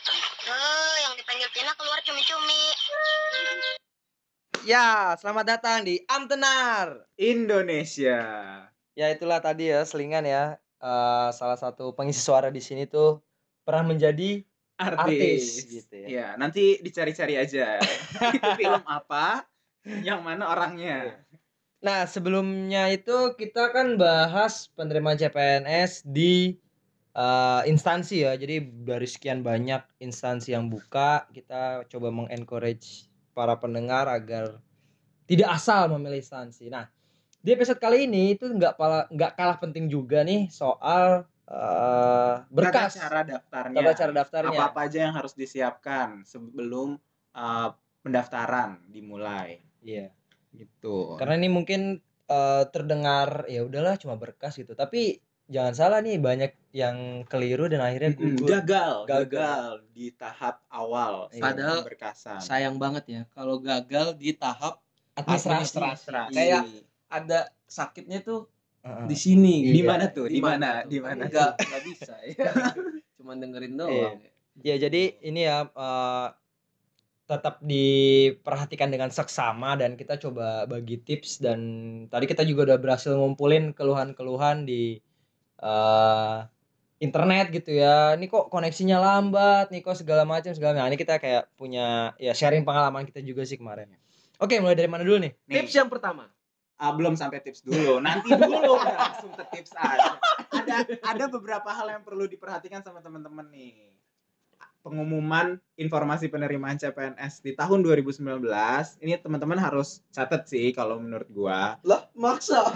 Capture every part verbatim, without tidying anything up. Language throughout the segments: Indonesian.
Eh, yang dipanggil Tina keluar cumi-cumi. Ya, selamat datang di Amtenar Indonesia. Ya itulah tadi ya selingan ya. Uh, salah satu pengisi suara di sini tuh pernah menjadi artis, artis gitu ya. Ya, nanti dicari-cari aja. Itu film apa? Yang mana orangnya? Nah, sebelumnya itu kita kan bahas penerimaan C P N S di uh, instansi ya. Jadi dari sekian banyak instansi yang buka, kita coba mengencourage para pendengar agar tidak asal memilih instansi. Nah, di episode kali ini itu nggak kalah nggak kalah penting juga nih soal uh, berkas. Tata cara daftarnya. Tata cara daftarnya. Apa-apa aja yang harus disiapkan sebelum uh, pendaftaran dimulai. Iya. Gitu. Karena ini mungkin uh, terdengar ya udahlah cuma berkas gitu. Tapi jangan salah nih, banyak yang keliru dan akhirnya gugur. Gagal, gagal, gagal di tahap awal. Padahal berkasan. Sayang banget ya kalau gagal di tahap administrasi. administrasi. Kayak ada sakitnya tuh uh, di sini. Di mana tuh? Di mana? Di mana? Enggak, enggak bisa ya. Cuman dengerin doang. Ya, jadi ini ya uh, tetap diperhatikan dengan seksama dan kita coba bagi tips, dan tadi kita juga udah berhasil ngumpulin keluhan-keluhan di uh, internet gitu ya. Ini kok koneksinya lambat, nih kok segala macam segala macam. Nah, ini kita kayak punya ya sharing pengalaman kita juga sih kemarin. Oke, mulai dari mana dulu nih? nih. Tips yang pertama. Ah, belum sampai tips dulu. Nanti dulu langsung ke tips aja. Ada ada beberapa hal yang perlu diperhatikan sama teman-teman nih. Pengumuman informasi penerimaan C P N S di tahun dua ribu sembilan belas ini teman-teman harus catat sih kalau menurut gua. Lah, maksa.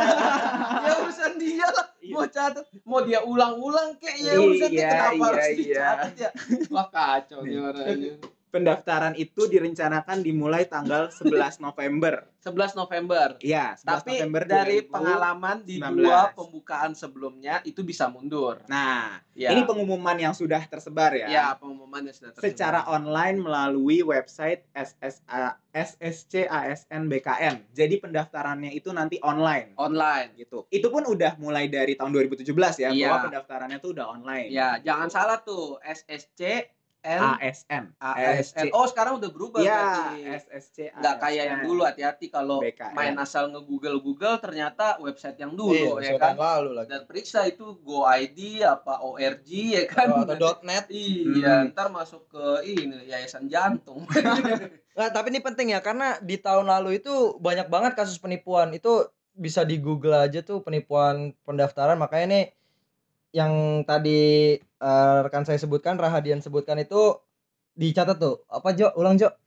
Ya urusan dia lah. Mau catat, mau dia ulang-ulang kayak ya urusan dia, kenapa iya, harus iya. dicatat ya? Wah, kacau nih orangnya. Pendaftaran itu direncanakan dimulai tanggal sebelas November. sebelas November. Iya, sebelas Tapi November dari dua ribu sembilan belas. pengalaman di dua pembukaan sebelumnya itu bisa mundur. Nah, ya. Ini pengumuman yang sudah tersebar ya. Ya, pengumuman yang sudah tersebar. Secara online melalui website S S A, S S C A S N B K N. Jadi pendaftarannya itu nanti online. Online gitu. Itu pun udah mulai dari tahun dua ribu tujuh belas ya, ya. bahwa pendaftarannya tuh udah online. Ya, gitu. Jangan salah tuh, S S C N A S N. A S N. Oh, sekarang udah berubah ya, berarti. S S C A S N. Nggak kayak yang dulu, hati-hati kalau B K N. Main asal nge-google-google ternyata website yang dulu iya, ya kan. Lalu lagi. Dan periksa itu Go I D apa O R G ya kan. Oh, atau .net. Iya, hmm. Ntar masuk ke ini Yayasan Jantung. Nah, tapi ini penting ya, karena di tahun lalu itu banyak banget kasus penipuan. Itu bisa di Google aja tuh, penipuan pendaftaran. Makanya nih yang tadi uh, rekan saya sebutkan, Rahadian sebutkan itu dicatat tuh. Apa Jo? Ulang Jo.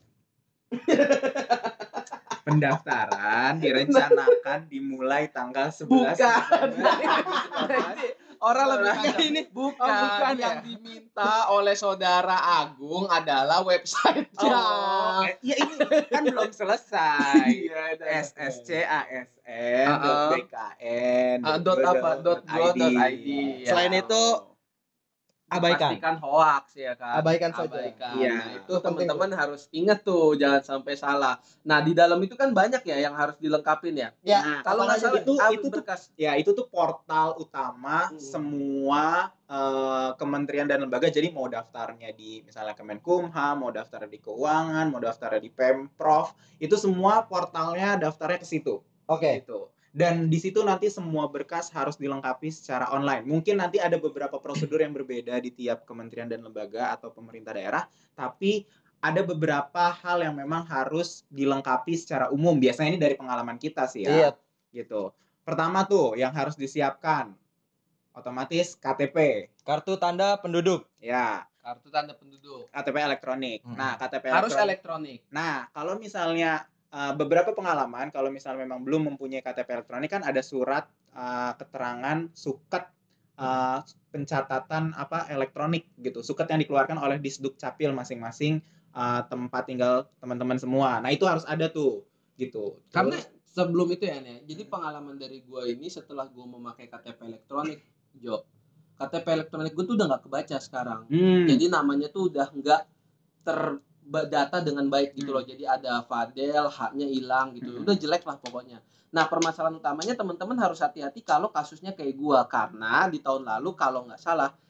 Pendaftaran direncanakan dimulai tanggal sebelas November. Orang lebih kayak ini bukan, oh, bukan yang ya? Diminta oleh saudara Agung adalah website-nya. Oh, ya ini kan belum selesai. S S C A S N B K N dot apa dot go dot I D. Selain itu abaikan. Pastikan hoax ya kan. Abaikan saja. Abaikan. Ya, nah, itu teman-teman harus ingat tuh, jangan sampai salah. Nah, di dalam itu kan banyak ya yang harus dilengkapin ya. Ya, nah, kalau nggak salah itu itu berkas. Tuh ya, itu tuh portal utama hmm. semua uh, kementerian dan lembaga. Jadi mau daftarnya di misalnya Kemenkumham, mau daftar di Keuangan, mau daftar di Pemprov, itu semua portalnya daftarnya ke situ. Oke. Okay. Gitu. Dan di situ nanti semua berkas harus dilengkapi secara online. Mungkin nanti ada beberapa prosedur yang berbeda di tiap kementerian dan lembaga atau pemerintah daerah, tapi ada beberapa hal yang memang harus dilengkapi secara umum. Biasanya ini dari pengalaman kita sih ya. Iya. Gitu. Pertama tuh yang harus disiapkan otomatis K T P, kartu tanda penduduk. Ya. Kartu tanda penduduk. K T P elektronik. Hmm. Nah, K T P harus elektronik. elektronik. Nah, kalau misalnya Uh, beberapa pengalaman kalau misalnya memang belum mempunyai K T P elektronik kan ada surat uh, keterangan suket uh, pencatatan apa elektronik gitu, suket yang dikeluarkan oleh Disduk Capil masing-masing uh, tempat tinggal teman-teman semua. Nah itu harus ada tuh gitu. Terus, karena sebelum itu ya nih, jadi pengalaman dari gue ini setelah gue memakai K T P elektronik, Jo, K T P elektronik gue tuh udah nggak kebaca sekarang. Hmm. Jadi namanya tuh udah nggak ter data dengan baik gitu loh. Hmm. Jadi ada Fadel, haknya hilang gitu. Hmm. Udah jelek lah pokoknya. Nah, permasalahan utamanya teman-teman harus hati-hati kalau kasusnya kayak gua, karena di tahun lalu kalau nggak salah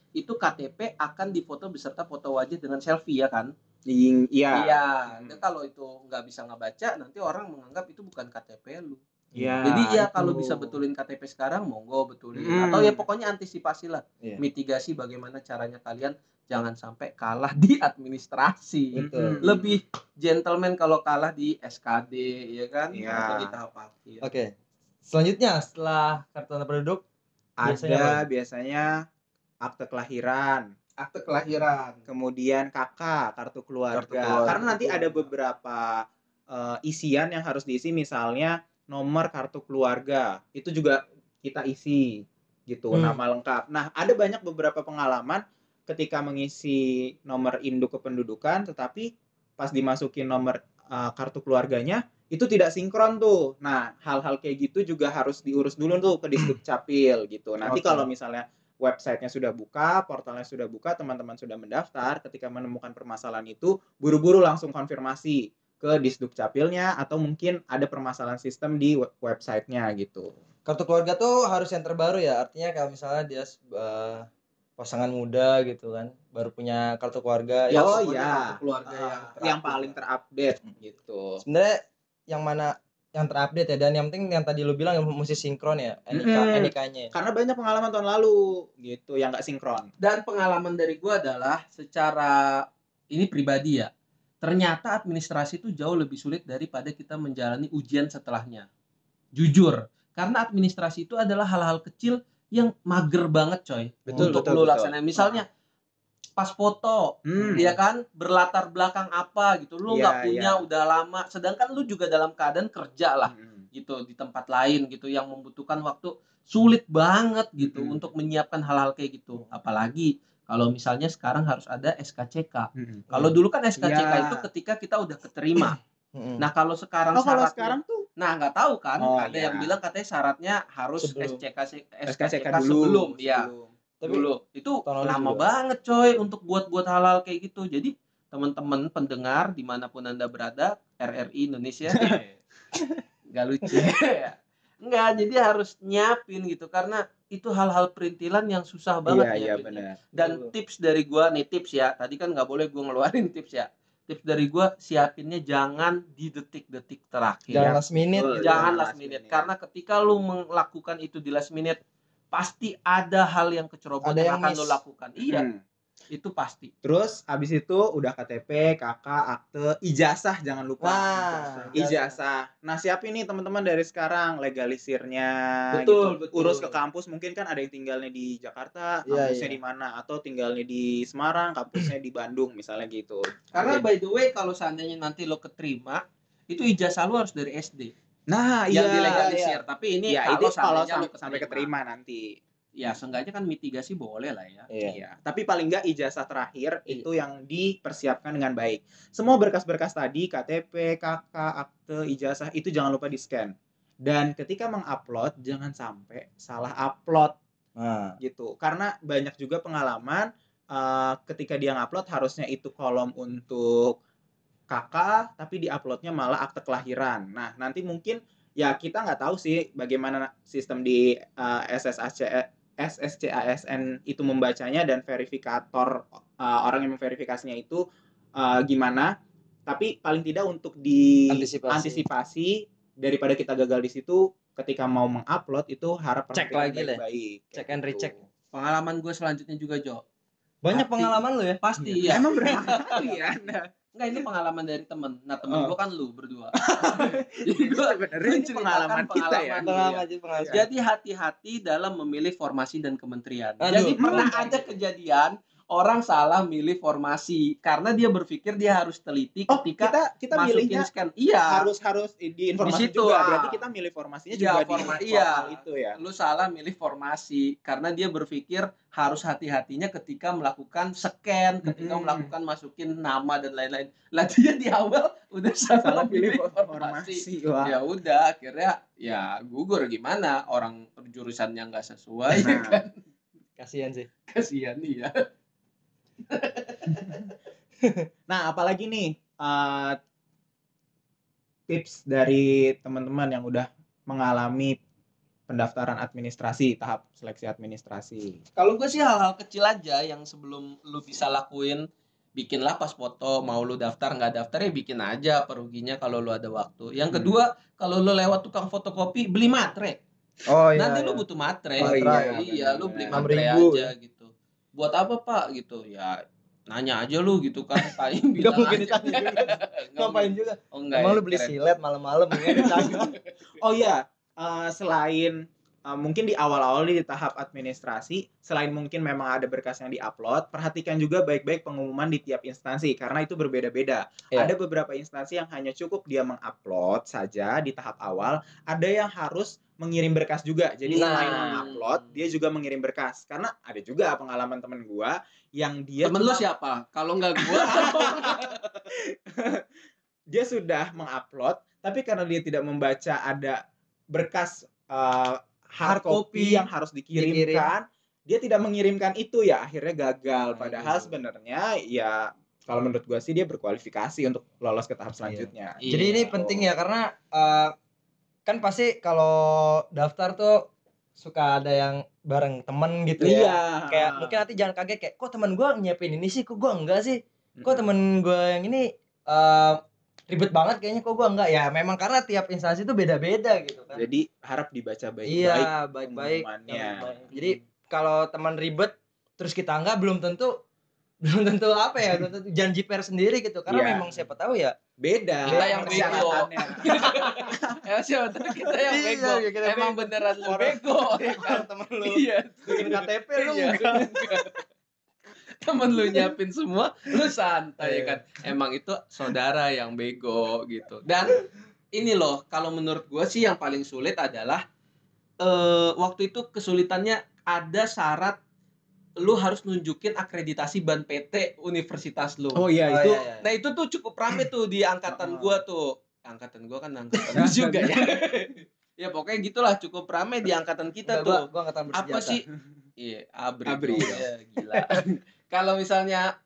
itu K T P akan difoto beserta foto wajah dengan selfie ya kan? Ing- Iya. Iya. Hmm. Dan kalau itu nggak bisa ngebaca, nanti orang menganggap itu bukan K T P lu. Iya, Jadi ya itu. kalau bisa betulin K T P sekarang, monggo betulin. Hmm. Atau ya pokoknya antisipasi lah, Iya. mitigasi bagaimana caranya kalian jangan sampai kalah di administrasi. Betul. Lebih gentleman kalau kalah di S K D, ya kan? Iya. Atau di tahap akhir. Oke. Selanjutnya setelah kartu tanda penduduk biasanya Ada apa? biasanya akte kelahiran, Akte kelahiran. kemudian K K, kartu keluarga. Kartu keluarga. Karena nanti ada beberapa uh, isian yang harus diisi, misalnya nomor kartu keluarga. Itu juga kita isi gitu, Hmm. nama lengkap. Nah, ada banyak beberapa pengalaman ketika mengisi nomor induk kependudukan, tetapi pas dimasukin nomor uh, kartu keluarganya itu tidak sinkron tuh. Nah, hal-hal kayak gitu juga harus diurus dulu tuh ke Disduk Capil gitu. Nanti Oke. kalau misalnya websitenya sudah buka, portalnya sudah buka, teman-teman sudah mendaftar, ketika menemukan permasalahan itu, buru-buru langsung konfirmasi ke Disduk Capilnya, atau mungkin ada permasalahan sistem di web- websitenya gitu. Kartu keluarga tuh harus yang terbaru ya. Artinya kalau misalnya dia uh, pasangan muda gitu kan, baru punya kartu keluarga. Ya, ya, oh pokoknya iya. kartu keluarga Ah, yang yang terupdate paling lah. terupdate gitu. Sebenarnya yang mana yang terupdate ya, dan yang penting yang tadi lu bilang yang mesti sinkron ya, N I K Mm-mm. N I K-nya. Karena banyak pengalaman tahun lalu gitu yang nggak sinkron. Dan pengalaman dari gue adalah secara ini pribadi ya, ternyata administrasi itu jauh lebih sulit daripada kita menjalani ujian setelahnya. Jujur, karena administrasi itu adalah hal-hal kecil yang mager banget coy. Betul, untuk betul, lu betul. laksanain. Misalnya pas foto, Hmm. ya kan, berlatar belakang apa gitu, lu Iya, nggak punya iya. udah lama, sedangkan lu juga dalam keadaan kerja lah. Mm-mm. Gitu di tempat lain gitu yang membutuhkan waktu, sulit banget gitu Mm-mm. untuk menyiapkan hal-hal kayak gitu. Apalagi kalau misalnya sekarang harus ada S K C K. Mm-mm. Kalau dulu kan S K C K Iya. itu ketika kita udah keterima. Mm-mm. Nah, kalau sekarang Oh, kalau syaratnya, sekarang tuh nah nggak tahu kan, Oh, ada iya. yang bilang katanya syaratnya harus Sebelum. S C K S K C K dulu sebelum, ya. sebelum. Tapi Dulu itu tahun lalu lama juga. banget coy untuk buat-buat hal-hal kayak gitu. Jadi teman-teman pendengar dimanapun anda berada, R R I Indonesia nggak lucu ya. Nggak, jadi harus nyiapin gitu karena itu hal-hal perintilan yang susah banget Iya, iya nyiapinnya. benar. Dan Betul. tips dari gua nih, tips ya, tadi kan nggak boleh gua ngeluarin tips ya. Tips dari gua, siapinnya jangan di detik-detik terakhir. Jangan Iya, last minute betul. gitu. Jangan last minute. Karena ketika lu melakukan itu di last minute, pasti ada hal yang kecerobohan Ada yang yang akan miss. lu lakukan. Iya, Hmm. itu pasti. Terus habis itu udah K T P, K K, akte, ijazah jangan lupa. Nah, Ijazah. Nah, siapin nih teman-teman dari sekarang legalisirnya Betul, gitu. betul. Urus ke kampus, mungkin kan ada yang tinggalnya di Jakarta, Iya, kampusnya iya. di mana, atau tinggalnya di Semarang, kampusnya di Bandung misalnya gitu. Karena Jadi- by the way, kalau seandainya nanti lo keterima, itu ijazah lu harus dari S D. Nah, Yang iya. dilegalisir. Tapi ini Ya, kalau itu kalau seandainya lu sam- sampai keterima. keterima nanti. Ya, seenggaknya kan mitigasi boleh lah ya. Iya. Iya, tapi paling nggak ijazah terakhir Iya. itu yang dipersiapkan dengan baik. Semua berkas-berkas tadi, K T P, K K, akte, ijazah, itu jangan lupa di-scan. Dan ketika mengupload, jangan sampai salah upload Nah, gitu. Karena banyak juga pengalaman uh, ketika dia ngupload harusnya itu kolom untuk K K, tapi diuploadnya malah akte kelahiran. Nah, nanti mungkin ya kita nggak tahu sih bagaimana sistem di uh, S S A C S S C A S N itu membacanya dan verifikator uh, orang yang memverifikasinya itu uh, gimana. Tapi paling tidak untuk Antisipasi. diantisipasi daripada kita gagal di situ, ketika mau mengupload itu harap Cek perhatikan lagi lah. baik-baik. Check Kayak and gitu. recheck. Pengalaman gue selanjutnya juga, Jo. banyak Hati. pengalaman lu ya. Pasti ya. Emang berapa kali ya? Nah, Enggak, ini pengalaman dari temen. Nah, temen Oh. gue kan lu berdua. Jadi gue sebenarnya ini pengalaman kita ya. pengalaman lu Pengalaman ya. aja pengalaman. Jadi hati-hati dalam memilih formasi dan kementerian. Aduh. Jadi pernah ada kejadian orang salah milih formasi karena dia berfikir dia harus teliti Oh, ketika kita kita masukin milihnya scan. Iya. harus harus di informasi Di situ, juga. ah. Berarti kita milih formasinya Iya, juga forma- di iya. portal itu ya. Lu salah milih formasi karena dia berpikir harus hati-hatinya ketika melakukan scan, ketika Mm-mm. melakukan masukin nama dan lain-lain. Lah dia di awal udah salah, Salah pilih milih formasi. Wah. Ya udah, akhirnya ya gugur gimana orang jurusannya nggak sesuai ya Nah. kan. Kasihan sih. Kasihan ya. Nah, apalagi nih uh, tips dari teman-teman yang udah mengalami pendaftaran administrasi, tahap seleksi administrasi. Kalau gue sih hal-hal kecil aja yang sebelum lu bisa lakuin, bikinlah pas foto, mau lu daftar nggak daftar ya bikin aja, peruginya kalau lu ada waktu. Yang Hmm. kedua, kalau lu lewat tukang fotokopi, beli matre. Oh iya. Nanti iya. lu butuh matre. Oh iya, iya, lu beli benar. matre enam ribu aja gitu. Buat apa, Pak? Gitu. Ya nanya aja lu gitu kan. Tanya Gak bilang mungkin aja. ditanya juga. Ngapain juga? Oh enggak. Emang ya, lu beli keren. silet malam-malam ya ditanya. Oh iya, uh, selain uh, mungkin di awal-awal di tahap administrasi, selain mungkin memang ada berkas yang diupload, perhatikan juga baik-baik pengumuman di tiap instansi karena itu berbeda-beda. Iya. Ada beberapa instansi yang hanya cukup dia mengupload saja di tahap awal, ada yang harus mengirim berkas juga. Jadi Nah. selain mengupload, dia juga mengirim berkas. Karena ada juga pengalaman temen gua yang dia Temen lu cuma- siapa? Kalau enggak gua. dia sudah mengupload, tapi karena dia tidak membaca ada berkas uh, hard Hard copy copy yang harus dikirimkan, dia tidak mengirimkan itu ya akhirnya gagal. Padahal Aduh. sebenarnya ya kalau menurut gua sih dia berkualifikasi untuk lolos ke tahap selanjutnya. Iya. Jadi ini penting ya karena uh, kan pasti kalau daftar tuh suka ada yang bareng temen gitu ya. Iya. Kayak mungkin nanti jangan kaget kayak kok teman gua nyiapin ini sih, kok gua enggak sih? Kok temen gua yang ini uh, ribet banget kayaknya, kok gua enggak. Ya memang karena tiap instansi itu beda-beda gitu kan. Jadi harap dibaca baik-baik. Iya, baik-baik. pengumumannya. Baik. Jadi kalau teman ribet terus kita enggak, belum tentu belum tentu apa ya, belum tentu janji per sendiri gitu. Karena Iya. memang siapa tahu ya. Beda Kita yang bego. persyaratannya. Ya siapa tahu kita yang Iya, bego. kita Emang bego. beneran lu bego. Kalau temen lu Iya. bikin K T P lu Iya. enggak. Temen lu nyiapin semua, lu santai Iya. kan. Emang itu saudara yang bego gitu. Dan ini loh, kalau menurut gua sih yang paling sulit adalah eh waktu itu kesulitannya ada syarat lu harus nunjukin akreditasi ban P T universitas lu. Oh iya Oh, itu iya, iya. Nah, itu tuh cukup rame tuh di angkatan Oh. gua tuh. Angkatan gua kan angkatan lu juga ya. Ya pokoknya gitulah, cukup rame di angkatan kita Enggak, tuh. gua gua angkatan bersenjata. Apa sih? Iya, abri. Abri. dong. Ya, gila. Kalau misalnya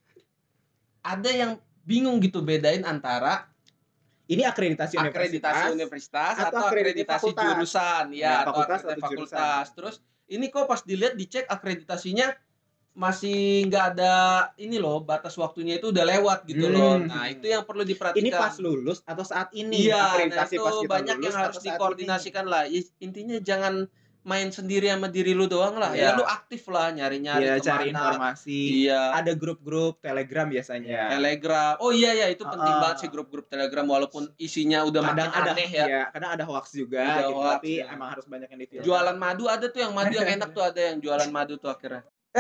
ada yang bingung gitu bedain antara ini akreditasi, akreditasi universitas. universitas atau atau akreditasi akreditasi fakultas. jurusan, Ya, ya, atau fakultas akreditasi atau fakultas. Terus ini kok pas dilihat dicek akreditasinya masih nggak ada ini loh, batas waktunya itu udah lewat gitu loh. Hmm. Nah, itu yang perlu diperhatikan. Ini pas lulus atau saat ini? Iya, nah akreditasi itu pas kita banyak lulus yang harus atau saat dikoordinasikan lah. I- Intinya jangan main sendiri sama diri lu doang lah. Iya. Ya lu aktif lah ini? nyari-nyari Iya, kemana. cari informasi. Iya. Ada grup-grup Telegram biasanya. Telegram. Oh iya ya, itu penting Ah. banget sih grup-grup Telegram walaupun isinya udah Kadang makin ada aneh ya. ya, kadang ada hoax juga Ada gitu, hoax, tapi ya. emang harus banyak yang difilter. Jualan madu ada tuh yang madu yang enak tuh, ada yang jualan madu tuh akhirnya.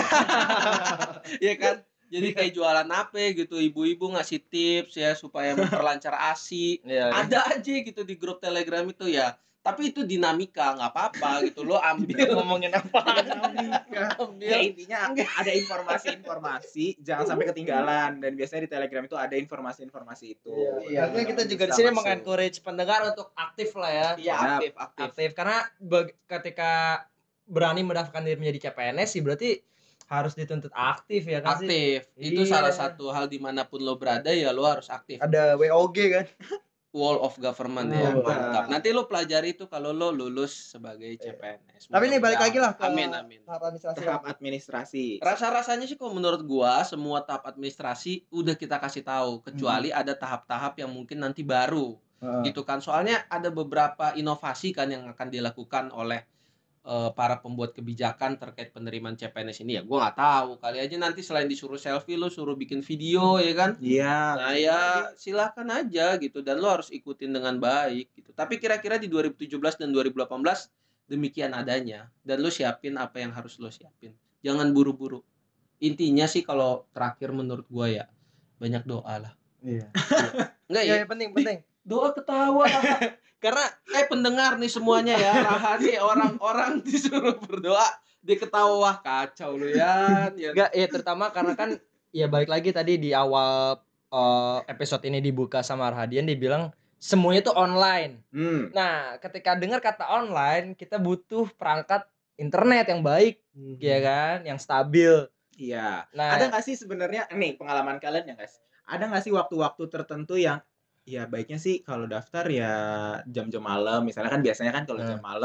Iya kan? Jadi kayak jualan apa gitu, ibu-ibu ngasih tips ya supaya memperlancar A S I. Iya. Ada aja gitu di grup Telegram itu ya. Tapi itu dinamika, nggak apa-apa gitu. Lo ambil. Ngomongin apa? Ya ambil. intinya ada informasi-informasi, jangan sampai ketinggalan, dan biasanya di Telegram itu ada informasi-informasi itu. Iya, artinya kita juga di Bisa sini masuk. mengencourage pendengar untuk aktif lah ya. Iya, Siap. aktif, aktif. Aktif karena bag- ketika berani mendaftarkan diri menjadi C P N S sih berarti harus dituntut aktif ya kan sih. Aktif. Itu Iya. salah satu hal dimanapun lo berada ya lo harus aktif. Ada W O G kan. Wall of government ya, Mantap. mantap. Nanti lo pelajari itu kalau lo lulus sebagai C P N S. Tapi nih balik lagi lah ke Amin, amin. tahap administrasi. Tahap administrasi. Rasa-rasanya sih kalau menurut gua semua tahap administrasi udah kita kasih tahu, kecuali ada tahap-tahap yang mungkin nanti baru Heeh. gitu kan. Soalnya ada beberapa inovasi kan yang akan dilakukan oleh eh, para pembuat kebijakan terkait penerimaan C P N S ini ya. Gua nggak tahu, kali aja nanti selain disuruh selfie lo suruh bikin video ya kan. Iya. Nah ya silahkan aja gitu, dan lo harus ikutin dengan baik gitu. Tapi kira-kira di dua ribu tujuh belas dan dua ribu delapan belas demikian adanya, dan lo siapin apa yang harus lo siapin. Jangan buru-buru. Intinya sih kalau terakhir menurut gua ya banyak doa lah. Iya. Enggak Iya, ya? iya, penting penting. Doa ketawa. Karena Eh pendengar nih semuanya ya, Rahani orang-orang disuruh berdoa dia ketawa, wah kacau lu ya. Ya. enggak ya terutama karena kan ya balik lagi tadi di awal eh, episode ini dibuka sama Arhadian dia bilang semuanya tuh online. Hmm. Nah, ketika dengar kata online, kita butuh perangkat internet yang baik, ya kan, yang stabil. Iya. Nah, Ada nggak sih sebenarnya nih pengalaman kalian ya guys? Ada nggak sih waktu-waktu tertentu yang ya baiknya sih kalau daftar ya jam-jam malam, misalnya kan biasanya kan kalau Hmm. jam malam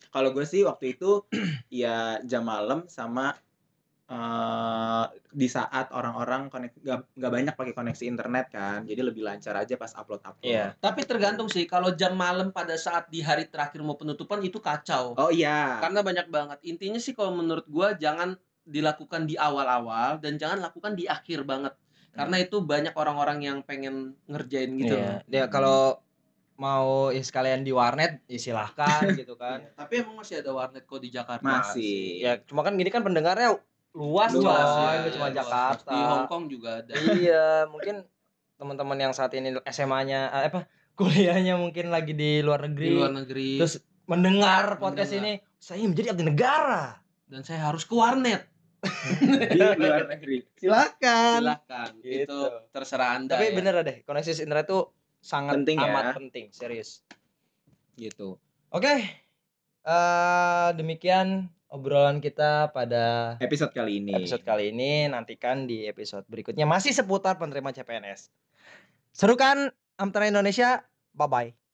Kalau gue sih waktu itu ya jam malam sama eh di saat orang-orang konek nggak nggak banyak pakai koneksi internet kan, jadi lebih lancar aja pas upload upload. Iya. Tapi tergantung sih, kalau jam malam pada saat di hari terakhir mau penutupan itu kacau. Oh iya. Karena banyak banget. Intinya sih kalau menurut gua jangan dilakukan di awal-awal dan jangan lakukan di akhir banget. Karena itu banyak orang-orang yang pengen ngerjain gitu loh. Iya. Dia kalau mau ya sekalian di warnet ya silahkan gitu kan. Iya, tapi emang masih ada warnet kok di Jakarta. Masih. Ya cuma kan gini kan pendengarnya luas, Luas, coy, ya, nggak cuma luas. Jakarta. Di Hong Kong juga ada. Iya, mungkin teman-teman yang saat ini S M A-nya eh, apa kuliahnya mungkin lagi di luar negeri. Di luar negeri. Terus mendengar podcast Mendengar. ini, saya menjadi abdi negara. Dan saya harus ke warnet. Di luar negeri. Silakan. Silahkan. Gitu. Itu terserah Anda. Tapi ya. bener deh, koneksi internet tuh sangat Penting ya. amat penting, serius. Gitu. Oke. Eh demikian obrolan kita pada Episode kali ini. episode kali ini. Nantikan di episode berikutnya masih seputar penerima C P N S. Seru kan Amtara Indonesia? Bye bye.